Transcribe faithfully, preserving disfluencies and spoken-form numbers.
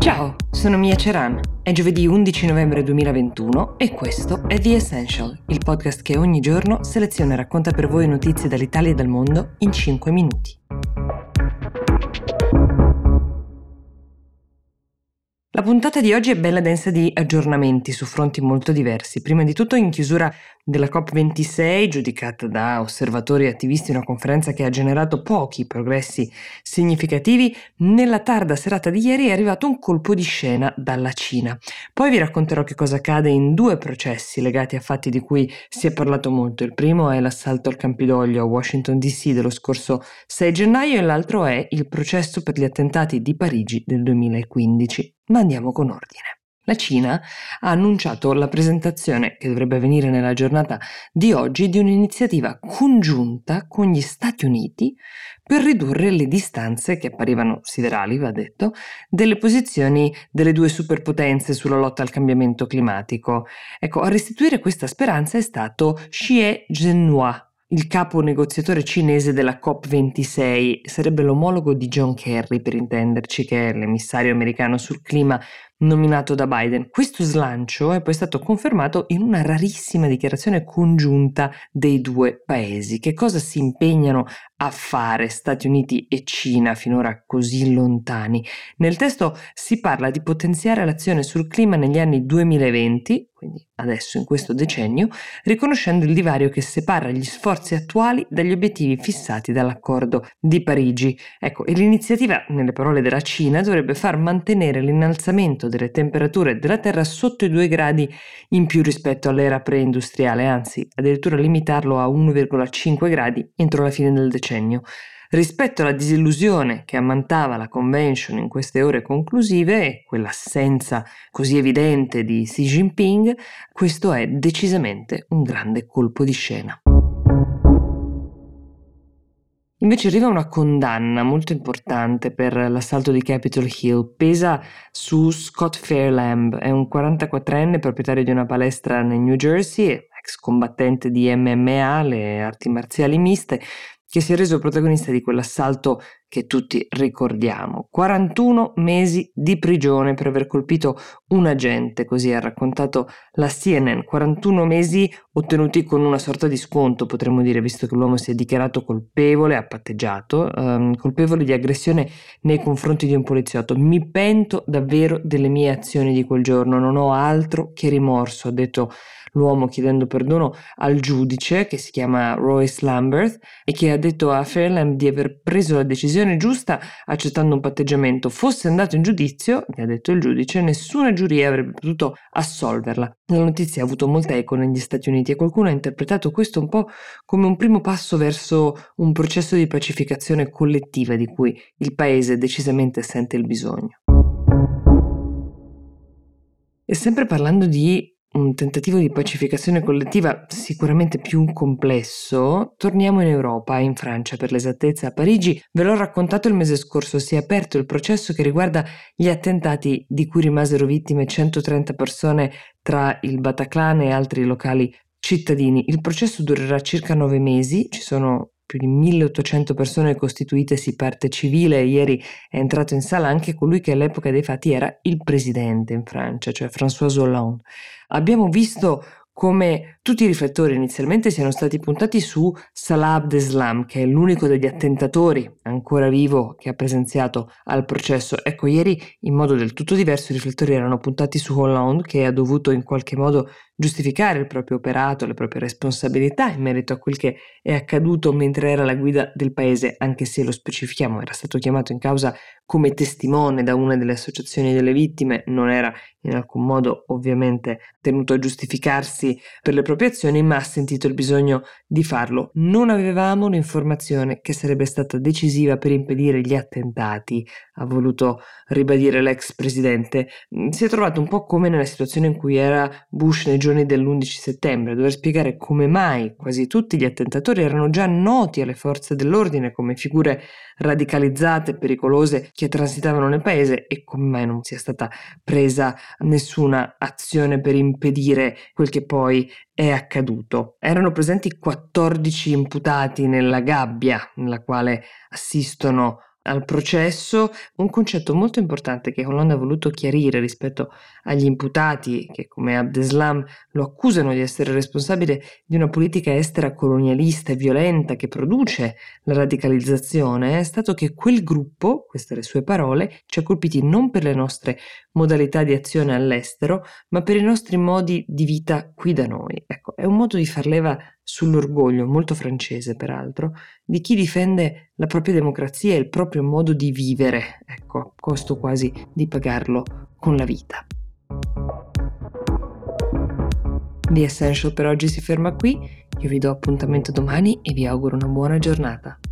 Ciao, sono Mia Ceran. È giovedì undici novembre duemilaventuno e questo è The Essential, il podcast che ogni giorno seleziona e racconta per voi notizie dall'Italia e dal mondo in cinque minuti. La puntata di oggi è bella densa di aggiornamenti su fronti molto diversi. Prima di tutto, in chiusura della COP ventisei, giudicata da osservatori e attivisti una conferenza che ha generato pochi progressi significativi, nella tarda serata di ieri è arrivato un colpo di scena dalla Cina. Poi vi racconterò che cosa accade in due processi legati a fatti di cui si è parlato molto. Il primo è l'assalto al Campidoglio a Washington D C dello scorso sei gennaio e l'altro è il processo per gli attentati di Parigi del duemilaquindici. Ma andiamo con ordine. La Cina ha annunciato la presentazione, che dovrebbe avvenire nella giornata di oggi, di un'iniziativa congiunta con gli Stati Uniti per ridurre le distanze, che apparivano siderali, va detto, delle posizioni delle due superpotenze sulla lotta al cambiamento climatico. Ecco, a restituire questa speranza è stato Xie Zhenhua, il capo negoziatore cinese della COP ventisei. Sarebbe l'omologo di John Kerry, per intenderci, che è l'emissario americano sul clima nominato da Biden. Questo slancio è poi stato confermato in una rarissima dichiarazione congiunta dei due paesi. Che cosa si impegnano a fare Stati Uniti e Cina, finora così lontani? Nel testo si parla di potenziare l'azione sul clima negli anni duemilaventi, quindi adesso in questo decennio, riconoscendo il divario che separa gli sforzi attuali dagli obiettivi fissati dall'accordo di Parigi. Ecco, e l'iniziativa, nelle parole della Cina, dovrebbe far mantenere l'innalzamento delle temperature della Terra sotto i due gradi in più rispetto all'era preindustriale, anzi addirittura limitarlo a uno virgola cinque gradi entro la fine del decennio. Rispetto alla disillusione che ammantava la convention in queste ore conclusive e quell'assenza così evidente di Xi Jinping, questo è decisamente un grande colpo di scena. Invece arriva una condanna molto importante per l'assalto di Capitol Hill. Pesa su Scott Fairlamb, è un quarantaquattrenne proprietario di una palestra nel New Jersey, ex combattente di M M A, le arti marziali miste, che si è reso protagonista di quell'assalto che tutti ricordiamo. quarantuno mesi di prigione per aver colpito un agente, così ha raccontato la C N N. quarantuno mesi ottenuti con una sorta di sconto, potremmo dire, visto che l'uomo si è dichiarato colpevole, ha patteggiato, ehm, colpevole di aggressione nei confronti di un poliziotto. Mi pento davvero delle mie azioni di quel giorno, non ho altro che rimorso, ha detto l'uomo chiedendo perdono al giudice, che si chiama Royce Lamberth, e che ha detto a Fairlamb di aver preso la decisione giusta accettando un patteggiamento. Fosse andato in giudizio, gli ha detto il giudice, nessuna giuria avrebbe potuto assolverla. La notizia ha avuto molta eco negli Stati Uniti e qualcuno ha interpretato questo un po' come un primo passo verso un processo di pacificazione collettiva di cui il paese decisamente sente il bisogno. E sempre parlando di un tentativo di pacificazione collettiva sicuramente più complesso, torniamo in Europa, in Francia per l'esattezza. A Parigi, ve l'ho raccontato il mese scorso, si è aperto il processo che riguarda gli attentati di cui rimasero vittime centotrenta persone tra il Bataclan e altri locali cittadini. Il processo durerà circa nove mesi, ci sono più di milleottocento persone costituitesi parte civile e ieri è entrato in sala anche colui che all'epoca dei fatti era il presidente in Francia, cioè François Hollande. Abbiamo visto come tutti i riflettori inizialmente siano stati puntati su Salah Abdeslam, che è l'unico degli attentatori ancora vivo che ha presenziato al processo. Ecco, ieri in modo del tutto diverso i riflettori erano puntati su Hollande, che ha dovuto in qualche modo giustificare il proprio operato, le proprie responsabilità in merito a quel che è accaduto mentre era alla guida del paese, anche se, lo specifichiamo, era stato chiamato in causa come testimone da una delle associazioni delle vittime, non era in alcun modo ovviamente tenuto a giustificarsi per le proprie azioni, ma ha sentito il bisogno di farlo. Non avevamo l'informazione che sarebbe stata decisiva per impedire gli attentati, ha voluto ribadire l'ex presidente. Si è trovato un po' come nella situazione in cui era Bush nei giorni dell'undici settembre, a dover spiegare come mai quasi tutti gli attentatori erano già noti alle forze dell'ordine come figure radicalizzate, pericolose, che transitavano nel paese, e come mai non sia stata presa nessuna azione per impedire quel che poi è accaduto. Erano presenti quattordici imputati nella gabbia nella quale assistono al processo, un concetto molto importante che Hollande ha voluto chiarire rispetto agli imputati che, come Abdeslam, lo accusano di essere responsabile di una politica estera colonialista e violenta che produce la radicalizzazione, è stato che quel gruppo, queste le sue parole, ci ha colpiti non per le nostre modalità di azione all'estero, ma per i nostri modi di vita qui da noi. Ecco, è un modo di far leva sull'orgoglio, molto francese peraltro, di chi difende la propria democrazia e il proprio modo di vivere, ecco, a costo quasi di pagarlo con la vita. The Essential per oggi si ferma qui, io vi do appuntamento domani e vi auguro una buona giornata.